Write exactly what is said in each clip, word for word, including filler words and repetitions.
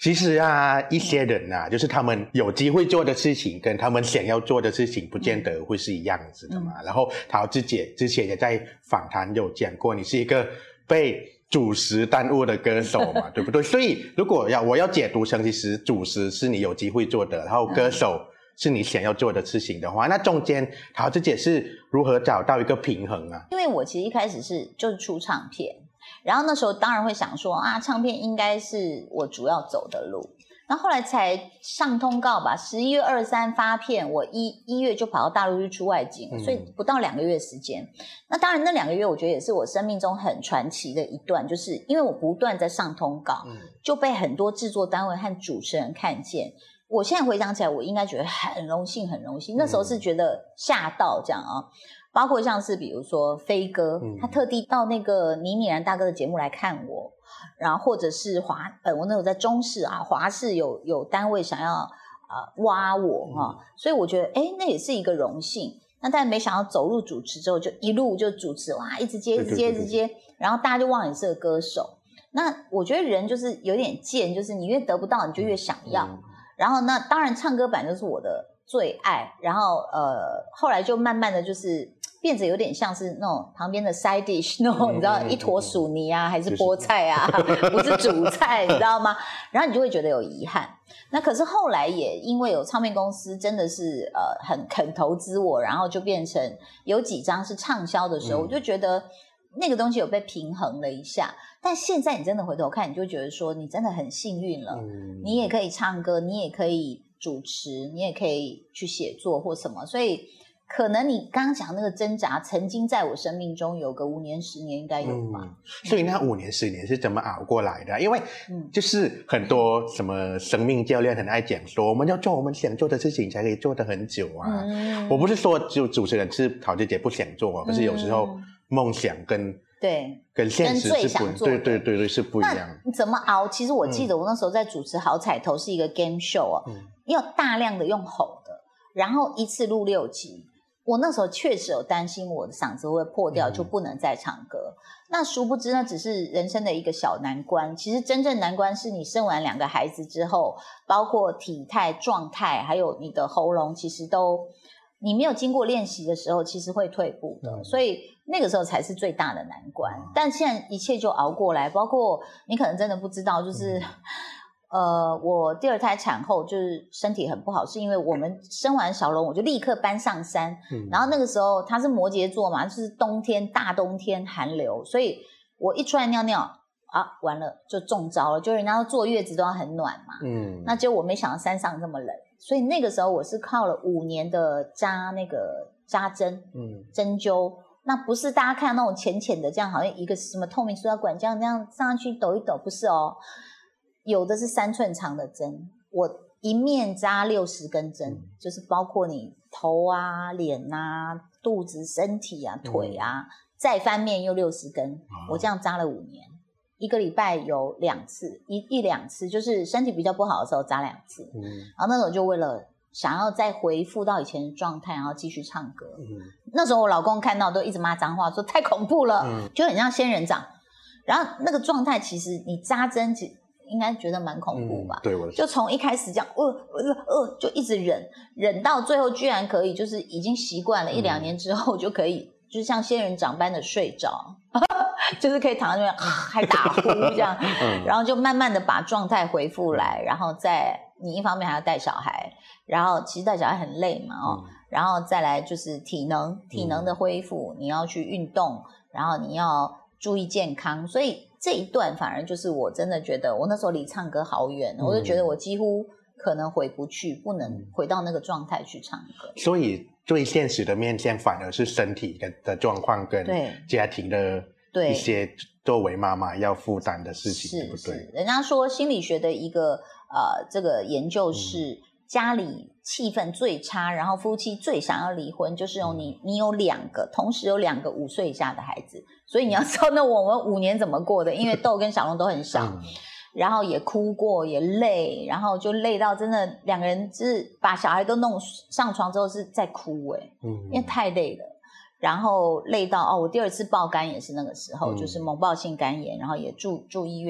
其实啊，一些人啊，就是他们有机会做的事情，跟他们想要做的事情，不见得会是一样子的嘛。嗯、然后陶子姐之前也在访谈有讲过，你是一个被主食耽误的歌手嘛，对不对？所以如果要我要解读成，其实主食是你有机会做的，然后歌手是你想要做的事情的话，那中间陶子姐是如何找到一个平衡啊？ 因为我其实一开始是就是出唱片。然后那时候当然会想说啊，唱片应该是我主要走的路。然后后来才上通告吧，十一月二十三发片，我一一月就跑到大陆去出外景，所以不到两个月时间。那当然那两个月我觉得也是我生命中很传奇的一段，就是因为我不断在上通告，就被很多制作单位和主持人看见。我现在回想起来，我应该觉得很荣幸很荣幸，那时候是觉得吓到这样啊。包括像是比如说飞哥、嗯、他特地到那个倪米然大哥的节目来看我，然后或者是华呃我那时候在中视啊，华视有有单位想要呃挖我哈、嗯，所以我觉得诶那也是一个荣幸。那但没想到走入主持之后，就一路就主持哇，一直接一直接一直接，然后大家就忘了你是个歌手。那我觉得人就是有点贱，就是你越得不到你就越想要、嗯、然后那当然唱歌版就是我的最爱，然后呃后来就慢慢的就是变得有点像是那种旁边的 side dish 那种、嗯、你知道一坨薯泥啊、嗯、还是菠菜啊、就是、不是主菜你知道吗？然后你就会觉得有遗憾。那可是后来也因为有唱片公司真的是呃很肯投资我，然后就变成有几张是畅销的时候、嗯、我就觉得那个东西有被平衡了一下。但现在你真的回头看，你就觉得说你真的很幸运了、嗯、你也可以唱歌，你也可以主持，你也可以去写作或什么，所以可能你刚刚讲那个挣扎曾经在我生命中有个五年十年应该有吧、嗯、 所以那五年十年是怎么熬过来的？因为就是很多什么生命教练很爱讲说我们要做我们想做的事情才可以做得很久啊、嗯、我不是说就主持人是陶子姐不想做，可是有时候梦想跟对跟现实是不对对对对是不一样。 那怎么熬？其实我记得我那时候在主持好彩头是一个 game show 啊、嗯，要大量的用吼的，然后一次录六集。我那时候确实有担心我的嗓子会破掉，就不能再唱歌、嗯、那殊不知呢只是人生的一个小难关。其实真正难关是你生完两个孩子之后，包括体态状态还有你的喉咙，其实都你没有经过练习的时候其实会退步的、嗯、所以那个时候才是最大的难关、嗯、但现在一切就熬过来。包括你可能真的不知道，就是、嗯呃，我第二胎产后就是身体很不好，是因为我们生完小龙我就立刻搬上山、嗯、然后那个时候他是摩羯座嘛，就是冬天大冬天寒流，所以我一出来尿尿啊，完了就中招了，就人家坐月子都要很暖嘛，嗯，那结果我没想到山上这么冷，所以那个时候我是靠了五年的扎那个扎针，嗯，针灸，那不是大家看到那种浅浅的这样，好像一个什么透明塑料管这样这样上去抖一抖，不是哦，有的是三寸长的针，我一面扎六十根针、嗯、就是包括你头啊脸啊肚子身体啊腿啊、嗯、再翻面又六十根、啊、我这样扎了五年，一个礼拜有两次，一一两次就是身体比较不好的时候扎两次、嗯、然后那时候就为了想要再恢复到以前的状态，然后继续唱歌、嗯、那时候我老公看到都一直骂脏话，说太恐怖了、嗯、就很像仙人掌，然后那个状态其实你扎针其实应该觉得蛮恐怖吧、嗯、对，我就从一开始这样呃呃呃就一直忍忍到最后居然可以就是已经习惯了、嗯、一两年之后就可以就是像仙人掌般的睡着就是可以躺在那边、啊、还打呼这样、嗯、然后就慢慢的把状态恢复来，然后再你一方面还要带小孩，然后其实带小孩很累嘛哦、嗯，然后再来就是体能体能的恢复、嗯、你要去运动，然后你要注意健康，所以这一段反而就是我真的觉得我那时候离唱歌好远、嗯、我就觉得我几乎可能回不去，不能回到那个状态去唱歌， 所以最现实的面向反而是身体的状况跟家庭的一些作为妈妈要负担的事情，对不对？ 人家说心理学的一个呃这个研究是、嗯、家里气氛最差，然后夫妻最想要离婚，就是有你、嗯、你有两个同时有两个五岁以下的孩子，所以你要知道那我们五年怎么过的，因为豆跟小龙都很小、嗯、然后也哭过也累，然后就累到真的两个人就是把小孩都弄上床之后是在哭耶、欸嗯、因为太累了，然后累到哦，我第二次爆肝也是那个时候、嗯、就是猛爆性肝炎，然后也住住医院，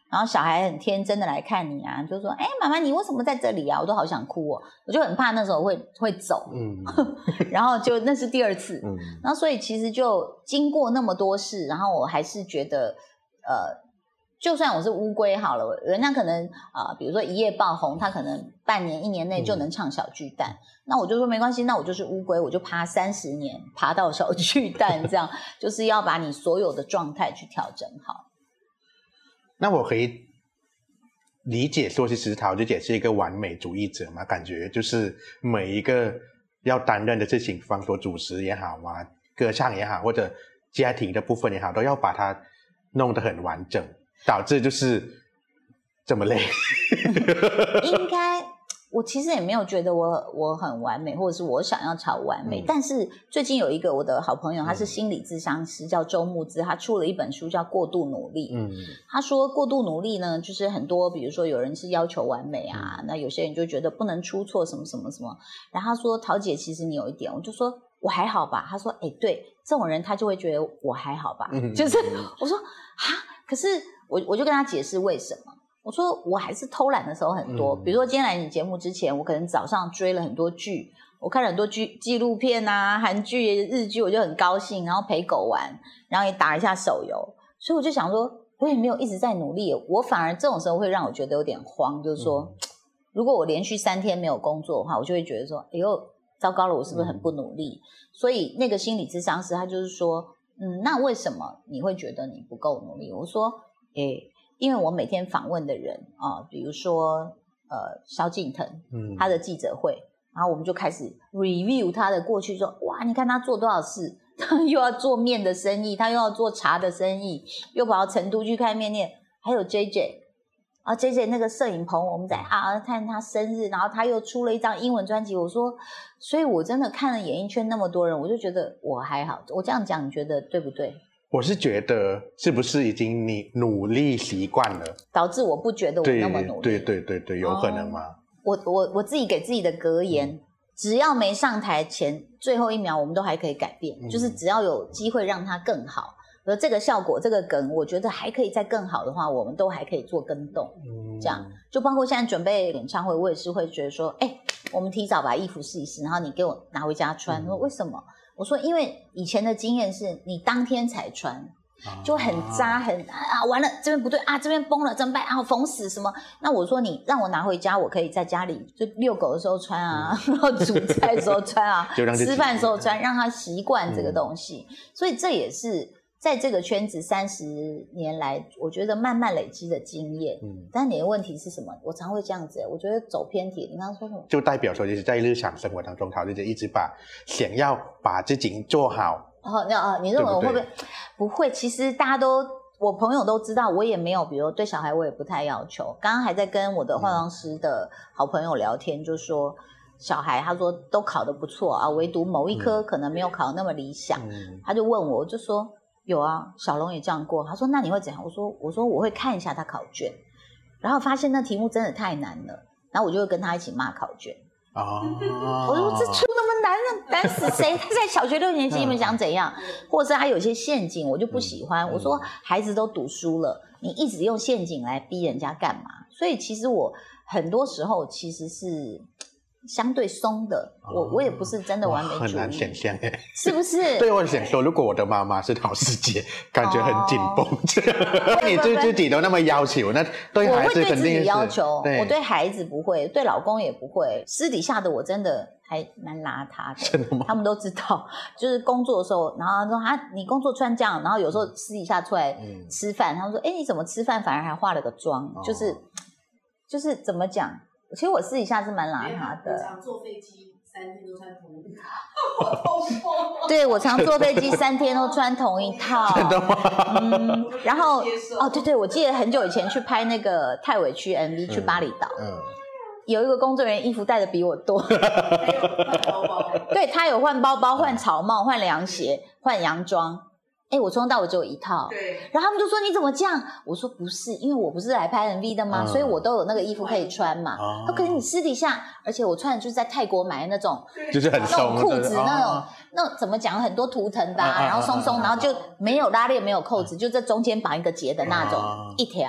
然后小孩很天真的来看你啊，就说哎妈妈你为什么在这里啊，我都好想哭哦，我就很怕那时候会会走，嗯，然后就那是第二次，嗯，然后所以其实就经过那么多事，然后我还是觉得呃就算我是乌龟好了，人家可能啊、呃，比如说一夜爆红，他可能半年一年内就能唱小巨蛋，嗯、那我就说没关系，那我就是乌龟，我就爬三十年，爬到小巨蛋，这样就是要把你所有的状态去调整好。 那我可以理解说，其实陶子姐是一个完美主义者嘛，感觉就是每一个要担任的事情，比方说主持也好啊，歌唱也好，或者家庭的部分也好，都要把它弄得很完整。导致就是这么累应该我其实也没有觉得我我很完美，或者是我想要朝完美、嗯、但是最近有一个我的好朋友，他是心理咨商师、嗯、叫周木之，他出了一本书叫过度努力。嗯，他说过度努力呢，就是很多比如说有人是要求完美啊、嗯、那有些人就觉得不能出错什么什么什么，然后他说陶姐其实你有一点，我就说我还好吧，他说哎、欸，对，这种人他就会觉得我还好吧、嗯、就是我说哈，可是我我就跟他解释为什么，我说我还是偷懒的时候很多、嗯、比如说今天来你节目之前，我可能早上追了很多剧，我看了很多剧纪录片啊，韩剧日剧，我就很高兴，然后陪狗玩，然后也打一下手游，所以我就想说我也没有一直在努力，我反而这种时候会让我觉得有点慌，就是说、嗯、如果我连续三天没有工作的话，我就会觉得说哎呦糟糕了，我是不是很不努力、嗯、所以那个心理咨商师他就是说嗯，那为什么你会觉得你不够努力？我说诶，因为我每天访问的人啊、呃，比如说呃萧敬腾，嗯，他的记者会，然后我们就开始 review 他的过去，说哇，你看他做多少事，他又要做面的生意，他又要做茶的生意，又跑到成都去开面店，还有 J J 啊 J J 那个摄影棚，我们在啊看他生日，然后他又出了一张英文专辑，我说，所以我真的看了演艺圈那么多人，我就觉得我还好，我这样讲你觉得对不对？ 我是觉得是不是已经你努力习惯了，导致我不觉得我那么努力？ 对对对对，有可能吗？ 哦、我我我自己给自己的格言、嗯，只要没上台前最后一秒，我们都还可以改变，嗯、就是只要有机会让它更好，而这个效果这个梗，我觉得还可以再更好的话，我们都还可以做更动。嗯，这样就包括现在准备演唱会，我也是会觉得说，哎、欸，我们提早把衣服试一试，然后你给我拿回家穿。嗯、说为什么？我说因为以前的经验是你当天才穿，就很扎很啊，完了这边不对啊，这边崩了怎么办啊，缝死什么？那我说你让我拿回家，我可以在家里就遛狗的时候穿啊，嗯、然后煮菜的时候穿啊，吃饭的时候穿，让他习惯这个东西。嗯、所以这也是在这个圈子三十年来，我觉得慢慢累积的经验。嗯，但你的问题是什么？我常会这样子，我觉得走偏题。你刚刚说什么？ 就代表说，就是在日常生活当中，陶子姐一直把想要把自己做好。 哦，那啊，你认为我会不会？不会，其实大家都，我朋友都知道，我也没有，比如对小孩我也不太要求。刚刚还在跟我的化妆师的好朋友聊天，嗯、就说小孩他说都考得不错啊，唯独某一科可能没有考得那么理想。嗯、他就问我，我就说有啊，小龙也这样过。他说那你会怎样？我说我说我会看一下他考卷，然后发现那题目真的太难了，然后我就会跟他一起骂考卷。哦，我说这出那么难，难死谁？他在小学六年级，你们想怎样？或者是他有些陷阱，我就不喜欢。嗯、我说孩子都读书了，你一直用陷阱来逼人家干嘛？所以其实我很多时候其实是相对松的，哦、我我也不是真的完美主义， 很难想象耶， 是不是？ 对，我想说，如果我的妈妈是陶子姐，感觉很紧绷，哦、你对自己都那么要求，那对孩子肯定是，我会对自己要求，我对孩子不会，对老公也不会，私底下的我真的还蛮邋遢的， 真的吗？ 他们都知道，就是工作的时候，然后他说啊，你工作穿这样，然后有时候私底下出来吃饭，嗯、他们说，哎，你怎么吃饭反而还化了个妆，哦、就是就是怎么讲？其实我私底下是蛮邋遢的。 我常坐飞机三天都穿同一套。 对，我常坐飞机三天都穿同一套。 真的吗？ 嗯，然后哦，对对，我记得很久以前去拍那个太委屈 M V， 去巴厘岛，嗯，嗯有一个工作人员衣服带的比我多。对，他有换包包、换草帽、换凉鞋、换洋装。哎，我从头到尾只有一套， 对。 然后他们就说你怎么这样？我说不是，因为我不是来拍 M V 的吗？嗯、所以我都有那个衣服可以穿嘛。哦、可是你私底下，而且我穿的就是在泰国买的那种， 就是很松那种裤子，那种、哦、那种怎么讲，很多图腾的、啊，然后松松，然后就没有拉链，没有扣子，就在中间绑一个结的那种，哦、一条。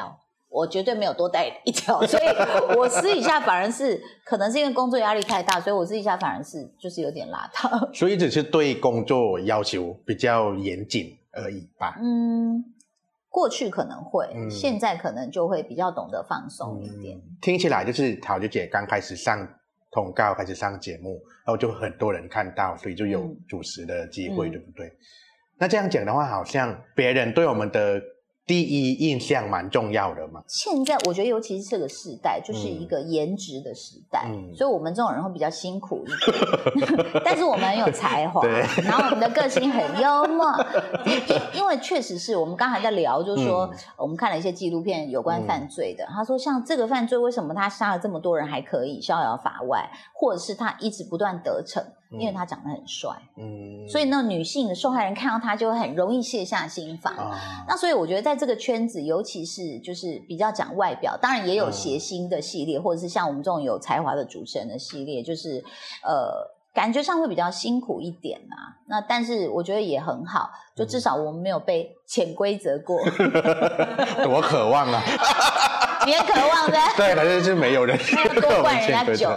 我绝对没有多带一条，所以我私底下反而是可能是因为工作压力太大，所以我私底下反而是就是有点邋遢。 所以只是对工作要求比较严谨而已吧。 嗯，过去可能会， 嗯、 现在可能就会比较懂得放松一点。 嗯、听起来就是陶姐姐刚开始上通告，开始上节目，然后就很多人看到，所以就有主持的机会，嗯、对不对？那这样讲的话，好像别人对我们的第一印象蛮重要的嘛。 现在我觉得尤其是这个时代就是一个颜值的时代、嗯、所以我们这种人会比较辛苦一点但是我们很有才华，然后我们的个性很幽默因, 因为确实是我们刚才在聊就是说、嗯、我们看了一些纪录片有关犯罪的、嗯、他说像这个犯罪为什么他杀了这么多人还可以逍遥法外，或者是他一直不断得逞，因为他长得很帅，嗯，所以那女性的受害人看到他就会很容易卸下心防、啊、那所以我觉得在这个圈子尤其是就是比较讲外表，当然也有谐星的系列、嗯、或者是像我们这种有才华的主持人的系列，就是呃感觉上会比较辛苦一点啊，那但是我觉得也很好，就至少我们没有被潜规则过多渴望啊你很渴望的对，反正是没有人多灌人家酒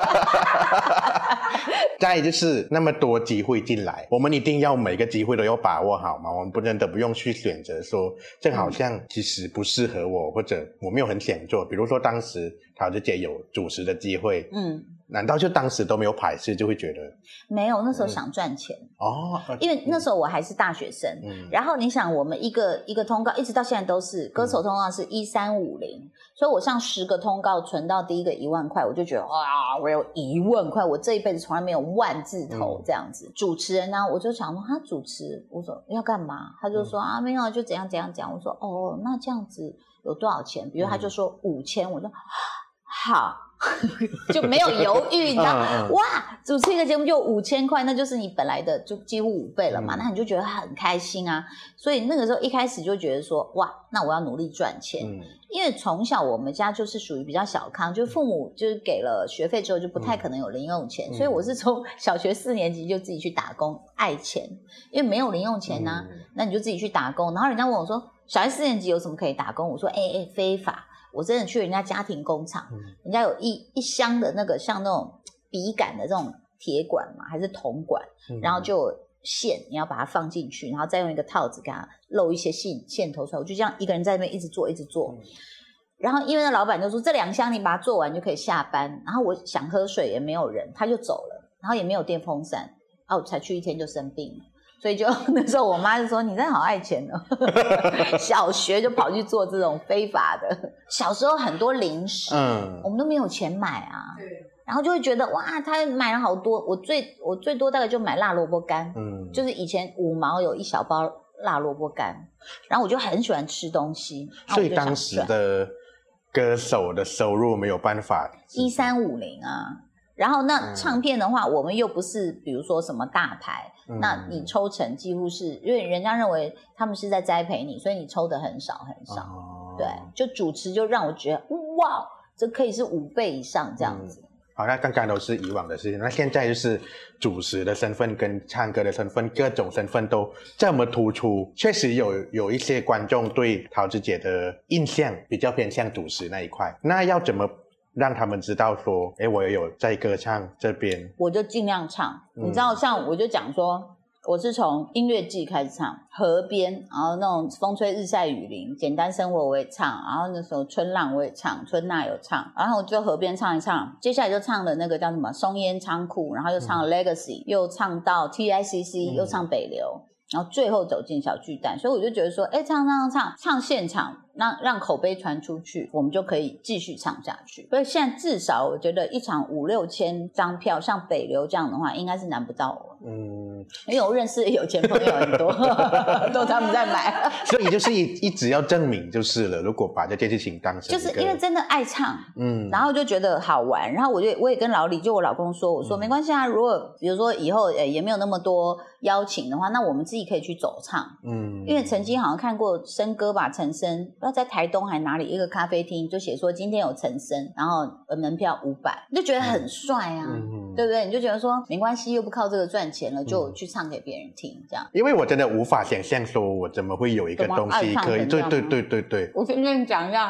再就是那么多机会进来，我们一定要每个机会都要把握好嘛，我们不真的不用去选择说这好像其实不适合我、嗯、或者我没有很想做，比如说当时陶子姐有主持的机会，嗯，难道就当时都没有排斥，就会觉得没有，那时候想赚钱、嗯、 哦， 因为那时候我还是大学生、嗯、然后你想我们一个一个通告一直到现在都是歌手通告是一三五零，所以我上十个通告存到第一个一万块，我就觉得哇，我有一万块，我这一辈子从来没有万字头这样子、嗯、主持人呢、啊，我就想说他主持，我说要干嘛，他就说、嗯、啊没有就怎样怎样讲，我说哦那这样子有多少钱，比如他就说五千、嗯、我说好就没有犹豫你知道、嗯嗯、哇主持一个节目就五千块，那就是你本来的就几乎五倍了嘛、嗯、那你就觉得很开心啊，所以那个时候一开始就觉得说哇那我要努力赚钱、嗯、因为从小我们家就是属于比较小康，就父母就是给了学费之后就不太可能有零用钱、嗯、所以我是从小学四年级就自己去打工，爱钱，因为没有零用钱啊、嗯、那你就自己去打工，然后人家问我说小学四年级有什么可以打工，我说哎哎非法，我真的去人家家庭工厂、嗯、人家有一一箱的那个像那种笔杆的这种铁管嘛还是铜管、嗯、然后就有线你要把它放进去，然后再用一个套子给它漏一些线线头出来，我就这样一个人在那边一直做一直做、嗯、然后因为那老板就说这两箱你把它做完就可以下班，然后我想喝水也没有人，他就走了，然后也没有电风扇啊，我才去一天就生病了，所以就那时候我妈就说你真的好爱钱哦小学就跑去做这种非法的，小时候很多零食、嗯、我们都没有钱买啊，对，然后就会觉得哇他买了好多，我最我最多大概就买辣萝卜干，嗯，就是以前五毛有一小包辣萝卜干，然后我就很喜欢吃东西， 所以当时的歌手的收入没有办法一三五零啊，然后那唱片的话、嗯、我们又不是比如说什么大牌、嗯、那你抽成几乎是因为人家认为他们是在栽培你，所以你抽的很少很少、哦、对，就主持就让我觉得哇这可以是五倍以上这样子、嗯， 好，那刚刚都是以往的事情，那现在就是主持的身份跟唱歌的身份，各种身份都这么突出，确实有有一些观众对陶子姐的印象比较偏向主持那一块，那要怎么让他们知道说诶我也有在歌唱这边，我就尽量唱、嗯、你知道像我就讲说我是从音乐季开始唱河边，然后那种风吹日晒雨淋简单生活我也唱，然后那时候春浪我也唱，春娜有唱，然后我就河边唱一唱，接下来就唱了那个叫什么松烟仓库，然后又唱了 Legacy、嗯、又唱到 T I C C、嗯、又唱北流，然后最后走进小巨蛋，所以我就觉得说哎，唱唱唱唱现场让让口碑传出去，我们就可以继续唱下去，所以现在至少我觉得一场五六千张票像北流这样的话应该是难不到我，嗯，因为我认识的有钱朋友很多都他们在买所以就是一一直要证明就是了，如果把这件事情当成就是因为真的爱唱，嗯，然后就觉得好玩，然后我就我也跟老李就我老公说，我说、嗯、没关系啊，如果比如说以后也没有那么多邀请的话，那我们自己可以去走唱，嗯，因为曾经好像看过申哥吧，陈升不知道在台东还哪里一个咖啡厅就写说今天有陈升，然后门票五百，你就觉得很帅啊、嗯、对不对，你就觉得说没关系又不靠这个赚钱了，就去唱给别人听这样， 因为我真的无法想象说我怎么会有一个东西可以，对对对对对， 我先跟你讲一下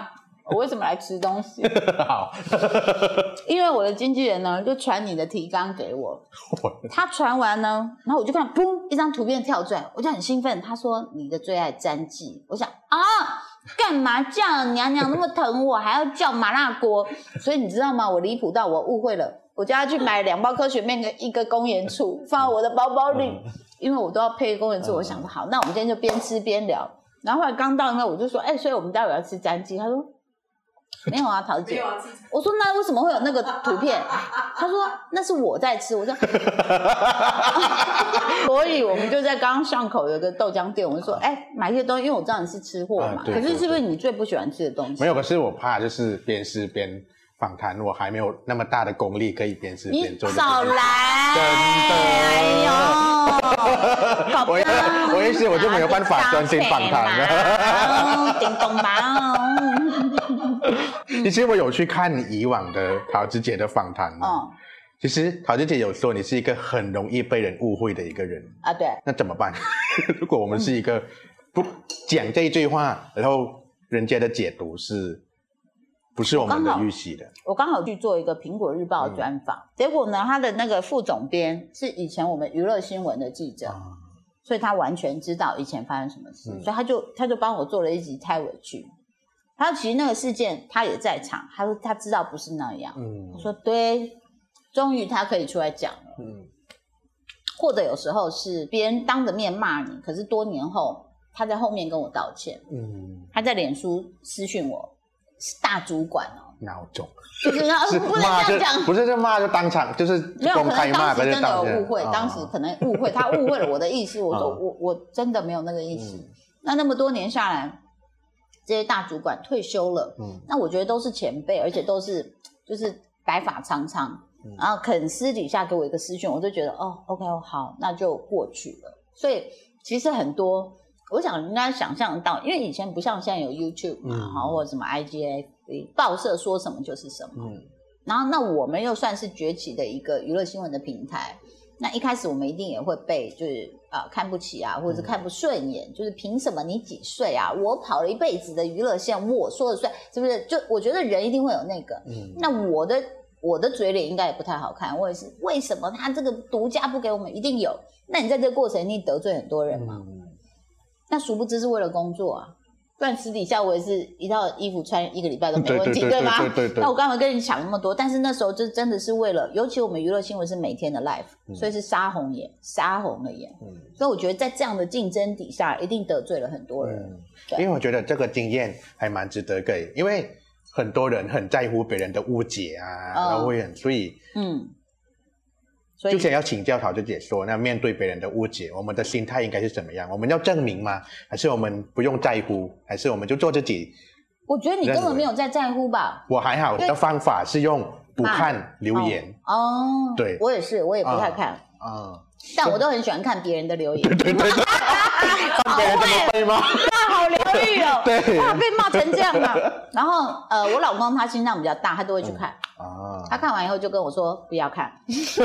我为什么来吃东西？ 好， 因为我的经纪人呢就传你的提纲给我，他传完呢，然后我就看，砰，一张图片跳出来，我就很兴奋。他说你的最爱詹记，我想啊，干嘛这样？娘娘那么疼我，还要叫麻辣锅，所以你知道吗？我离谱到我误会了，我就要去买两包科学面跟一个公盐醋放在我的包包里，嗯、因为我都要配公盐醋。嗯、我想说好，那我们今天就边吃边聊。然后后来刚到那，我就说，哎、欸，所以我们待会要吃詹记。他说没有啊，桃姐。我说那为什么会有那个图片？他说那是我在吃。我说，所以我们就在刚刚巷口有个豆浆店，我就说，哎、欸，买这些东西，因为我知道你是吃货嘛。啊、可是是不是你最不喜欢吃的东西？ 没有，可是我怕就是边吃边访谈，我还没有那么大的功力可以边吃边做。 你少来！ 真的， 哎呦。 我也我也是，我就没有办法专心访谈了。 叮咚吧。 其实我有去看以往的桃子姐的访谈嘛。 嗯。 其实桃子姐有说你是一个很容易被人误会的一个人啊。对。 那怎么办？如果我们是一个不讲这一句话，然后人家的解读是不是我们的预期的？ 我刚好去做一个苹果日报的专访，嗯、结果呢，他的那个副总编是以前我们娱乐新闻的记者，啊、所以他完全知道以前发生什么事，嗯、所以他就他就帮我做了一集太委屈。他其实那个事件他也在场，他说他知道不是那样，嗯，我说对，终于他可以出来讲了，嗯，或者有时候是别人当着面骂你，可是多年后他在后面跟我道歉，嗯，他在脸书私讯我。是大主管哦， 孬种， 就是他不能这样讲， 不是就骂就当场就是公开骂， 可能当时真的有误会，当时可能误会，他误会了我的意思，我说我我真的没有那个意思。嗯、那那么多年下来，这些大主管退休了，嗯，那我觉得都是前辈，而且都是就是白发苍苍，嗯、然后肯私底下给我一个私讯，我就觉得哦 ，OK 好，那就过去了。所以其实很多。我想应该想象到，因为以前不像现在有 YouTube 嘛，嗯、或者什么 I G F B 报社说什么就是什么。嗯、然后那我们又算是崛起的一个娱乐新闻的平台，那一开始我们一定也会被就是呃看不起啊，或者是看不顺眼，嗯、就是凭什么你几岁啊？我跑了一辈子的娱乐线，我说了算，是不是？就我觉得人一定会有那个。嗯、那我的我的嘴脸应该也不太好看，我也是为什么他这个独家不给我们？一定有。那你在这个过程一定得罪很多人嘛？嗯那殊不知是为了工作啊，不然私底下我也是一套衣服穿一个礼拜都没问题，对吗？对对对。那我刚才跟你讲那么多，但是那时候就真的是为了，尤其我们娱乐新闻是每天的 live，嗯、所以是杀红眼，杀红了眼。嗯。所以我觉得在这样的竞争底下，一定得罪了很多人。 嗯、因为我觉得这个经验还蛮值得给，因为很多人很在乎别人的误解啊，嗯、然后会很所以嗯。就想要请教桃子姐说，那面对别人的误解，我们的心态应该是怎么样？我们要证明吗？还是我们不用在乎？还是我们就做自己？ 我觉得你根本没有在在乎吧。 我还好，我的方法是用不看留言。 哦，哦对，我也是，我也不太看。啊、嗯，但我都很喜欢看别人的留言。 对对对。看别人怎么背吗？ 哇，好疗愈哦。 对。 哇，被骂成这样啊！然后呃，我老公他心脏比较大，他都会去看。嗯啊、他看完以后就跟我说不要看。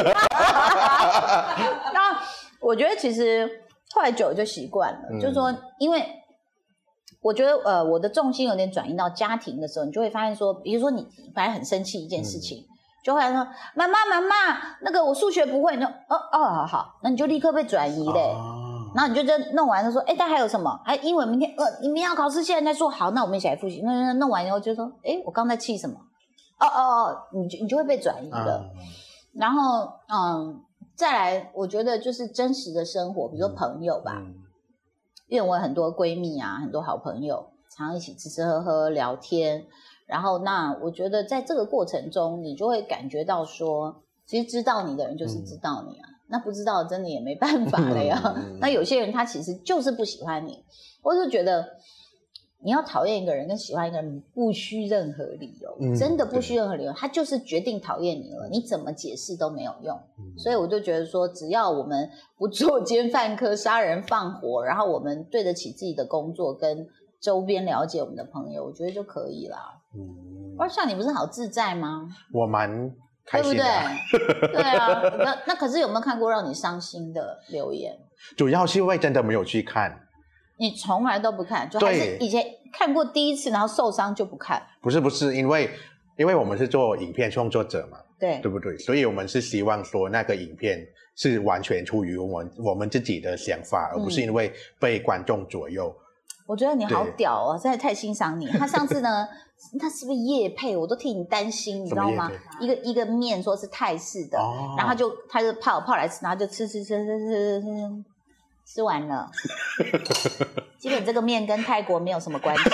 那我觉得其实后来久了就习惯了，嗯、就是说，因为我觉得呃我的重心有点转移到家庭的时候，你就会发现说，比如说你本来很生气一件事情，嗯、就会说妈妈妈妈，那个我数学不会，你就哦哦好好，那你就立刻被转移嘞。啊然后你就这弄完了说，哎，但还有什么？还英文明天呃，你明天要考试，现在再说好，那我们一起来复习。那弄完以后就说，哎，我刚才气什么？哦哦哦，你就你就会被转移了。嗯、然后嗯，再来，我觉得就是真实的生活，比如说朋友吧，嗯、因为我有很多闺蜜啊，很多好朋友，常一起吃吃喝喝聊天。然后那我觉得在这个过程中，你就会感觉到说，其实知道你的人就是知道你啊。嗯那不知道真的也没办法了呀。嗯、那有些人他其实就是不喜欢你，或是觉得你要讨厌一个人跟喜欢一个人不需任何理由，嗯、真的不需任何理由，他就是决定讨厌你了，你怎么解释都没有用。嗯、所以我就觉得说，只要我们不作奸犯科、杀人放火，然后我们对得起自己的工作跟周边了解我们的朋友，我觉得就可以啦。嗯，而像你不是好自在吗？ 我蛮。 对不对？对啊，那那可是有没有看过让你伤心的留言？ 主要是因为真的没有去看。 你从来都不看，就还是以前看过第一次然后受伤就不看。 不是不是，因为因为我们是做影片创作者嘛， 对对不对？所以我们是希望说那个影片是完全出于我们我们自己的想法，而不是因为被观众左右。 我觉得你好屌哦，真的太欣赏你。他上次呢，他是不是业配？我都替你担心，你知道吗？一个一个面说是泰式的，哦、然后他就他就泡泡来吃，然后就吃吃吃吃吃吃吃完了。基本这个面跟泰国没有什么关系。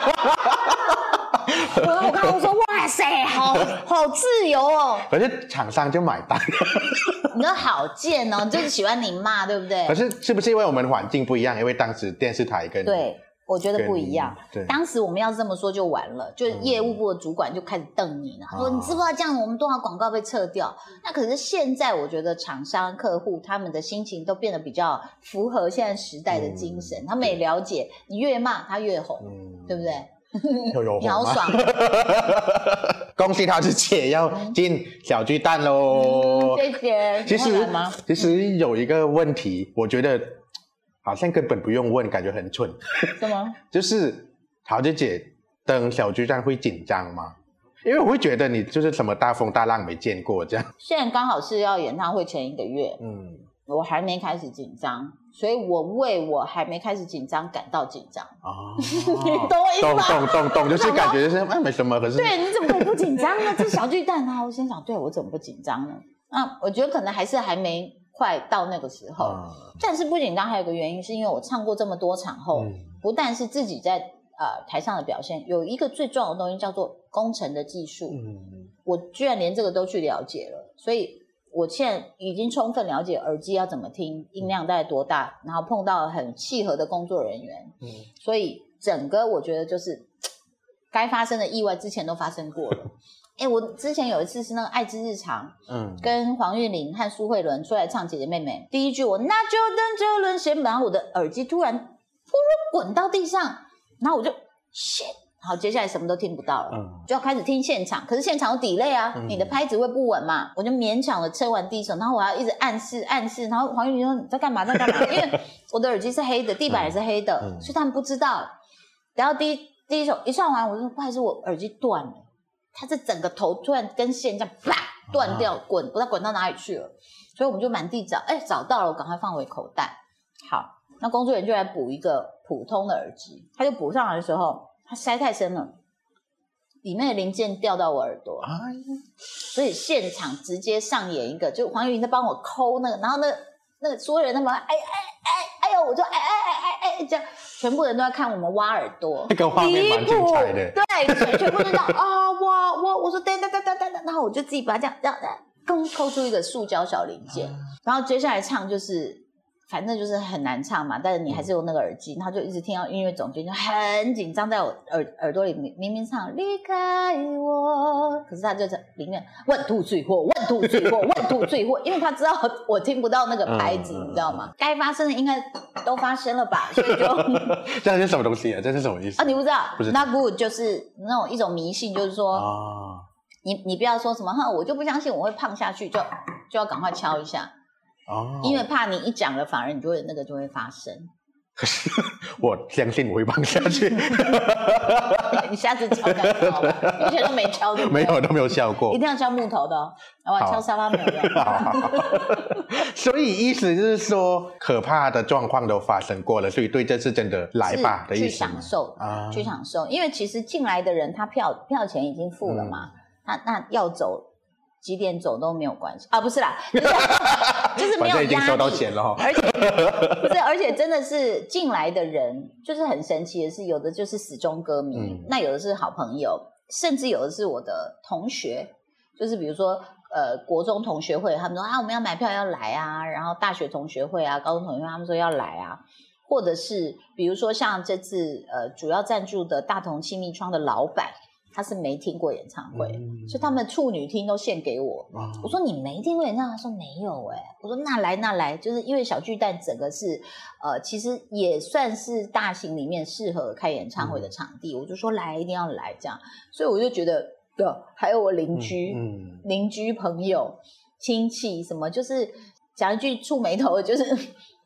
我我看我说哇塞，好好自由哦。 可是厂商就买单。 你说好贱哦，就是喜欢你骂，对不对？ 可是是不是因为我们环境不一样？因为当时电视台跟对，我觉得不一样。 对， 当时我们要是这么说就完了，就是业务部的主管就开始瞪你了，嗯、说你知不知道这样我们多少广告被撤掉？那可是现在我觉得厂商客户他们的心情都变得比较符合现在时代的精神，嗯、他们也了解你越骂他越红，嗯、对不对？ 有有你好爽！ 恭喜他自己也要进小巨蛋喽、 嗯！谢谢。 其实其实有一个问题，我觉得好像根本不用问，感觉很蠢。 什么？ 就是桃姐姐登小巨蛋会紧张吗？因为我会觉得你就是什么大风大浪没见过这样。 现在刚好是要演唱会前一个月，嗯，我还没开始紧张。所以我为我还没开始紧张感到紧张啊，你懂我意思吗？ 懂懂懂，就是感觉就是啊没什么，可是对，你怎么可以不紧张呢？这是小巨蛋啊！我心想，对我怎么不紧张呢？啊，我觉得可能还是还没快到那个时候，嗯、但是不紧张还有个原因，是因为我唱过这么多场后，嗯、不但是自己在呃台上的表现，有一个最重要的东西叫做工程的技术，嗯、我居然连这个都去了解了，所以。我现在已经充分了解耳机要怎么听，音量大概多大，然后碰到很契合的工作人员，嗯，所以整个我觉得就是该发生的意外之前都发生过了。哎，我之前有一次是那个爱之日常，嗯，跟黄韵玲和苏慧伦出来唱姐姐妹妹，第一句我那就等这轮先，然后我的耳机突然噗滚到地上，然后我就 shit。好，接下来什么都听不到了，嗯、就要开始听现场。可是现场有 delay 啊，嗯、你的拍子会不稳嘛？我就勉强的车完第一首，然后我要一直暗示暗示，然后黄韵玲说你在干嘛在干嘛？因为我的耳机是黑的，地板也是黑的，嗯、所以他们不知道。然后第一第一首一唱完，我说不好意思，我耳机断了，它这整个头突然跟线这样啪断掉，滚不知道滚到哪里去了。所以我们就满地找，哎，找到了，我赶快放回口袋。好，那工作人员就来补一个普通的耳机，他就补上来的时候。它塞太深了，里面的零件掉到我耳朵，哎、所以现场直接上演一个，就黄韵玲在帮我抠那个，然后那个那个所有人他们哎哎哎哎呦，我就哎哎哎哎哎这样，全部人都在看我们挖耳朵， 那个画面蛮精彩的， 对，全全部都这样啊哇哇，我说等等等等等等，然后我就自己把它这样这样抠抠出一个塑胶小零件，嗯、然后接下来唱就是。反正就是很难唱嘛，但是你还是有那个耳机，然后就一直听到音乐总监就很紧张，在我耳耳朵里明明唱离开我，可是他就在里面one two three four one two three four one two three four，因为他知道我听不到那个拍子，嗯、你知道吗？该发生的应该都发生了吧，所以就这是什么东西啊？这是什么意思啊？你不知道？ 不是 ，Not good 就是那种一种迷信，就是说，哦、你你不要说什么哈，我就不相信我会胖下去，就就要赶快敲一下。哦，因为怕你一讲了，反而你就会那个就会发生。 可是我相信我会放下去。 你下次敲看看好吧，以前都没敲对不对？ 没有都没有笑过， 一定要敲木头的哦，好吧，敲沙发没有用。好好好所以意思就是说，可怕的状况都发生过了，所以对这次真的来吧的意思。 去享受啊，去享受，因为其实进来的人他票票钱已经付了嘛，嗯、那那要走。几点走都没有关系啊，不是啦，就是就是没有压力， 已经收到钱了， 而且不是，而且真的是进来的人，就是很神奇的是，有的就是死忠歌迷，嗯、那有的是好朋友，甚至有的是我的同学，就是比如说呃国中同学会，他们说啊我们要买票要来啊，然后大学同学会啊，高中同学会他们说要来啊，或者是比如说像这次呃主要赞助的大同气密窗的老板。他是没听过演唱会，嗯、所以他们处女听都献给我。嗯、我说你没听过演唱会？他说没有哎、欸。我说那来那来，就是因为小巨蛋整个是呃，其实也算是大型里面适合开演唱会的场地。嗯、我就说来一定要来这样，所以我就觉得对，还有我邻居、嗯嗯、邻居朋友、亲戚什么，就是讲一句触眉头，就是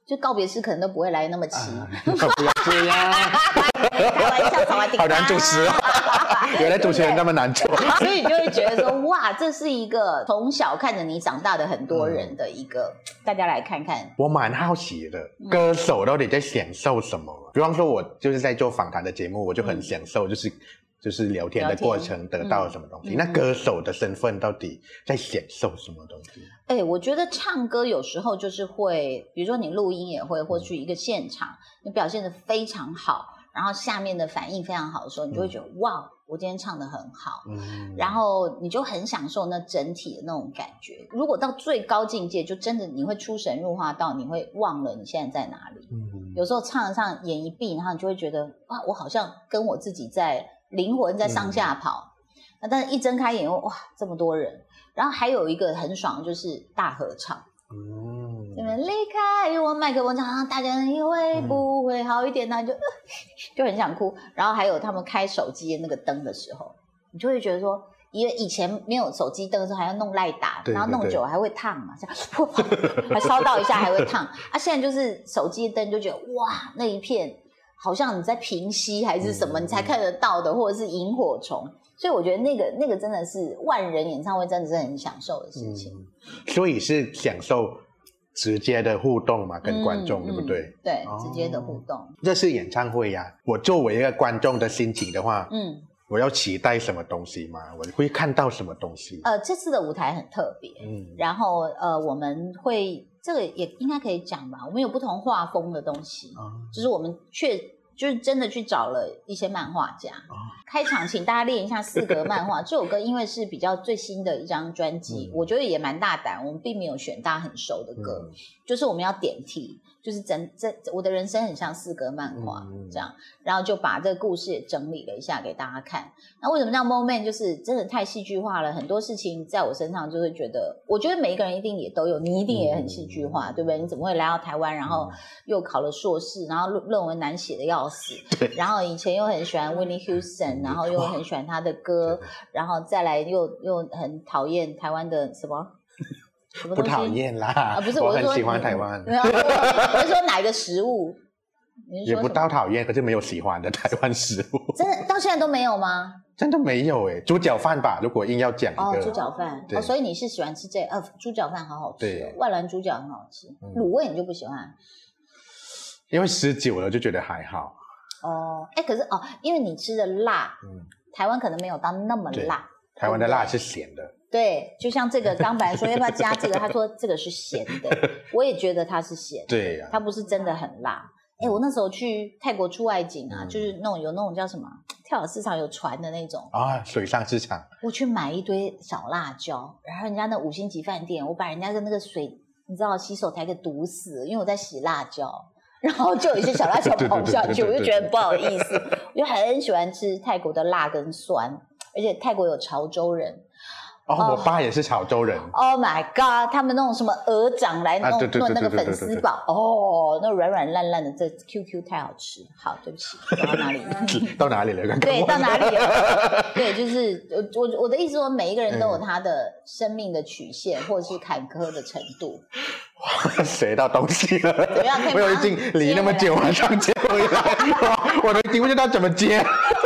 就告别式可能都不会来那么齐。 啊、不要这样， 开玩笑，少玩点。 好难主持哦，原来主持人那么难做。 所以你就会觉得说，哇，这是一个从小看着你长大的很多人的一个，嗯、大家来看看。 我蛮好奇的，歌手到底在享受什么？比方说，我就是在做访谈的节目，我就很享受，就是。嗯就是聊天的过程得到什么东西、嗯、那歌手的身份到底在享受什么东西？ 哎、欸，我觉得唱歌有时候就是会，比如说你录音也会，或去一个现场你表现得非常好，然后下面的反应非常好的时候，你就会觉得、嗯、哇，我今天唱得很好、嗯、然后你就很享受那整体的那种感觉。如果到最高境界，就真的你会出神入化到你会忘了你现在在哪里、嗯、有时候唱一唱眼一闭，然后你就会觉得哇，我好像跟我自己在灵魂在上下跑、嗯、但是一睁开眼哇，这么多人。然后还有一个很爽的就是大合唱，嗯，你们离开我麦克风唱、啊、大家以为不会好一点呢、啊，就就很想哭。然后还有他们开手机那个灯的时候，你就会觉得说，因为以前没有手机灯的时候还要弄赖打，然后弄久了还会烫嘛，这样还烧到一下还会烫啊。现在就是手机灯就觉得哇，那一片好像你在平息还是什么、嗯、你才看得到的，或者是萤火虫。所以我觉得那个那个真的是万人演唱会，真的是很享受的事情、 嗯、所以是享受直接的互动嘛，跟观众、嗯、对不对？ 对、哦，直接的互动。这是演唱会呀、啊，我作为一个观众的心情的话，嗯，我要期待什么东西吗？我会看到什么东西？ 呃，这次的舞台很特别，嗯，然后呃，我们会这个也应该可以讲吧，我们有不同画风的东西，嗯、就是我们确就是真的去找了一些漫画家。哦，开场请大家练一下四格漫画。这首歌因为是比较最新的一张专辑、嗯、我觉得也蛮大胆，我们并没有选大家很熟的歌、嗯、就是我们要点题，就是整这我的人生很像四格漫画、嗯、这样，然后就把这个故事也整理了一下给大家看。那为什么叫 moment， 就是真的太戏剧化了，很多事情在我身上就会觉得，我觉得每一个人一定也都有，你一定也很戏剧化、嗯、对不对？你怎么会来到台湾，然后又考了硕士，然后论文难写的要死，然后以前又很喜欢 Whitney Houston， 然后又很喜欢他的歌，然后再来又又很讨厌台湾的什么什么东西？ 不讨厌啦， 啊，不是， 我很喜欢台湾。 我是说哪一个食物？你是说也不到讨厌，可是没有喜欢的台湾食物。 真的到现在都没有吗？ 真的没有诶，猪脚饭吧，如果硬要讲一个。 哦，猪脚饭。哦，所以你是喜欢吃这呃，猪脚饭好好吃、哦，万峦猪脚很好吃。嗯、卤味你就不喜欢？ 因为吃久了就觉得还好。 哦，哎，可是哦，因为你吃的辣，嗯，台湾可能没有到那么辣。 台湾的辣是咸的。 对，就像这个刚本来说要不要加这个，他说这个是咸的，我也觉得它是咸的， 对呀、啊， 它不是真的很辣。哎，我那时候去泰国出外景啊、嗯，就是那种有那种叫什么跳蚤市场有船的那种啊，水上市场， 我去买一堆小辣椒，然后人家那五星级饭店，我把人家的那个水，你知道洗手台给堵死，因为我在洗辣椒。然后就有一些小辣椒跑下去，我就觉得很不好意思。我就很喜欢吃泰国的辣跟酸，而且泰国有潮州人。 哦， oh, 我爸也是潮州人。 Oh my god， 他们那种什么鹅掌来弄、啊、弄那个粉丝堡，哦，那软软烂烂的，这 Q Q 太好吃。好，对不起，到哪里了？ 到哪里了？刚刚对，到哪里了？对，就是我我我的意思说，每一个人都有他的生命的曲线，或者是坎坷的程度。 哇，学到东西了！ 怎么样？ 我有已经离那么久，马上接回来，我的题目就知道怎么接。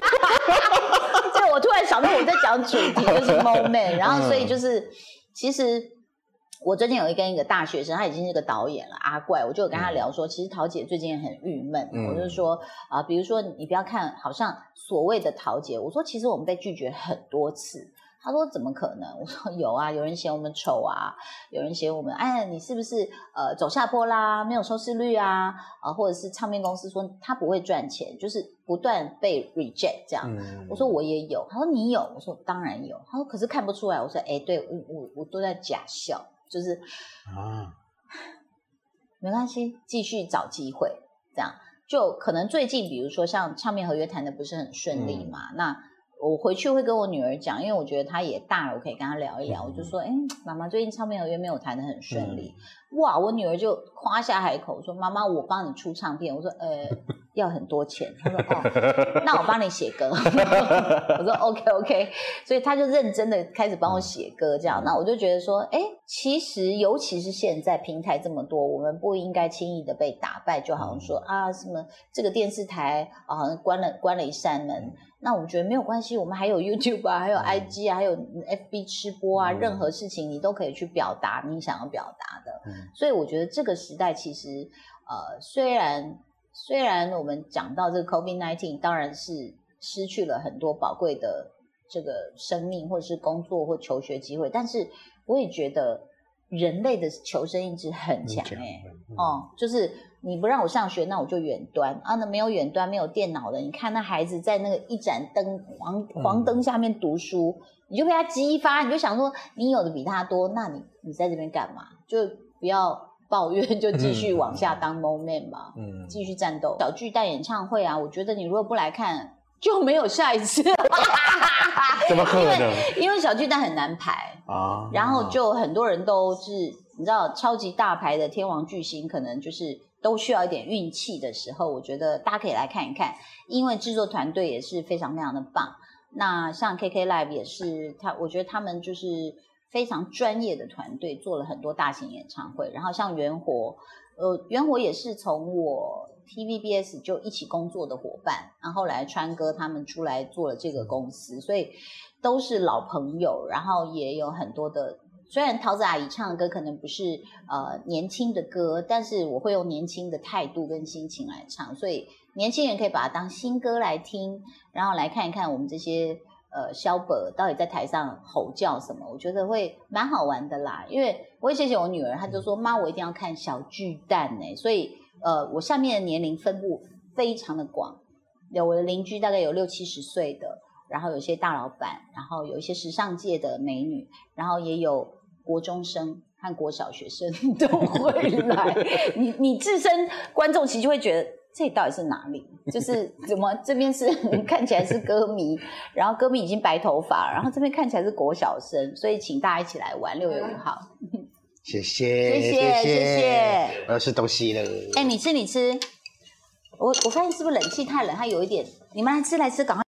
我突然想到我在讲主题就是 moment， 然后所以就是、嗯、其实我最近有一跟一个大学生，他已经是个导演了，阿怪，我就有跟他聊说、嗯、其实桃姐最近很郁闷、嗯、我就说啊、呃，比如说你不要看好像所谓的桃姐，我说其实我们被拒绝很多次。他说怎么可能？我说有啊，有人嫌我们丑啊，有人嫌我们哎，你是不是呃走下坡啦，没有收视率啊，呃，或者是唱片公司说他不会赚钱，就是不断被 reject 这样、嗯、我说我也有，他说你有，我说当然有，他说可是看不出来，我说哎，对我我我都在假笑，就是啊，没关系，继续找机会，这样就可能最近比如说像唱片合约谈的不是很顺利嘛、嗯、那我回去会跟我女儿讲，因为我觉得她也大了，我可以跟她聊一聊、嗯、我就说哎，妈妈最近唱片合约没有谈得很顺利、嗯、哇，我女儿就夸下海口说妈妈我帮你出唱片，我说呃要很多钱。他说哦，那我帮你写歌。我说 OK OK， 所以他就认真的开始帮我写歌这样。那我就觉得说，哎，其实尤其是现在平台这么多，我们不应该轻易的被打败，就好像说啊什么这个电视台啊好像关了关了一扇门。那我觉得没有关系，我们还有 YouTube 啊，还有 I G 啊，还有 F B 吃播啊，任何事情你都可以去表达你想要表达的。嗯、所以我觉得这个时代其实呃虽然虽然我们讲到这个 COVID 十九 当然是失去了很多宝贵的这个生命或者是工作或求学机会，但是我也觉得人类的求生意志很强哎、欸嗯、哦，就是你不让我上学，那我就远端啊，那没有远端没有电脑的，你看那孩子在那个一盏灯黄黄灯下面读书、嗯、你就被他激发，你就想说你有的比他多，那你你在这边干嘛？就不要抱怨，就继续往下当 moment 吧，嗯，继续战斗。小巨蛋演唱会啊，我觉得你如果不来看就没有下一次。 怎么可能？ 因为, 因为小巨蛋很难排啊，然后就很多人都是你知道超级大牌的天王巨星，可能就是都需要一点运气的时候，我觉得大家可以来看一看，因为制作团队也是非常非常的棒。那像 K K Live 也是他，我觉得他们就是非常专业的团队，做了很多大型演唱会。然后像元活，呃，元活也是从我 T V B S 就一起工作的伙伴，然后后来川哥他们出来做了这个公司，所以都是老朋友，然后也有很多的。虽然桃子阿姨唱的歌可能不是呃年轻的歌，但是我会用年轻的态度跟心情来唱，所以年轻人可以把它当新歌来听，然后来看一看我们这些呃小本到底在台上吼叫什么，我觉得会蛮好玩的啦。因为我会谢谢我女儿，她就说妈我一定要看小巨蛋欸，所以呃我下面的年龄分布非常的广，有我的邻居大概有六七十岁的，然后有一些大老板，然后有一些时尚界的美女，然后也有国中生和国小学生都会来。你你自身观众其实就会觉得这里到底是哪里？就是怎么这边是看起来是歌迷，然后歌迷已经白头发，然后这边看起来是国小生，所以请大家一起来玩六月五号。 谢谢谢谢谢谢， 我要吃东西了。 哎，你吃你吃，我我发现是不是冷气太冷，它有一点，你们来吃来吃，赶快。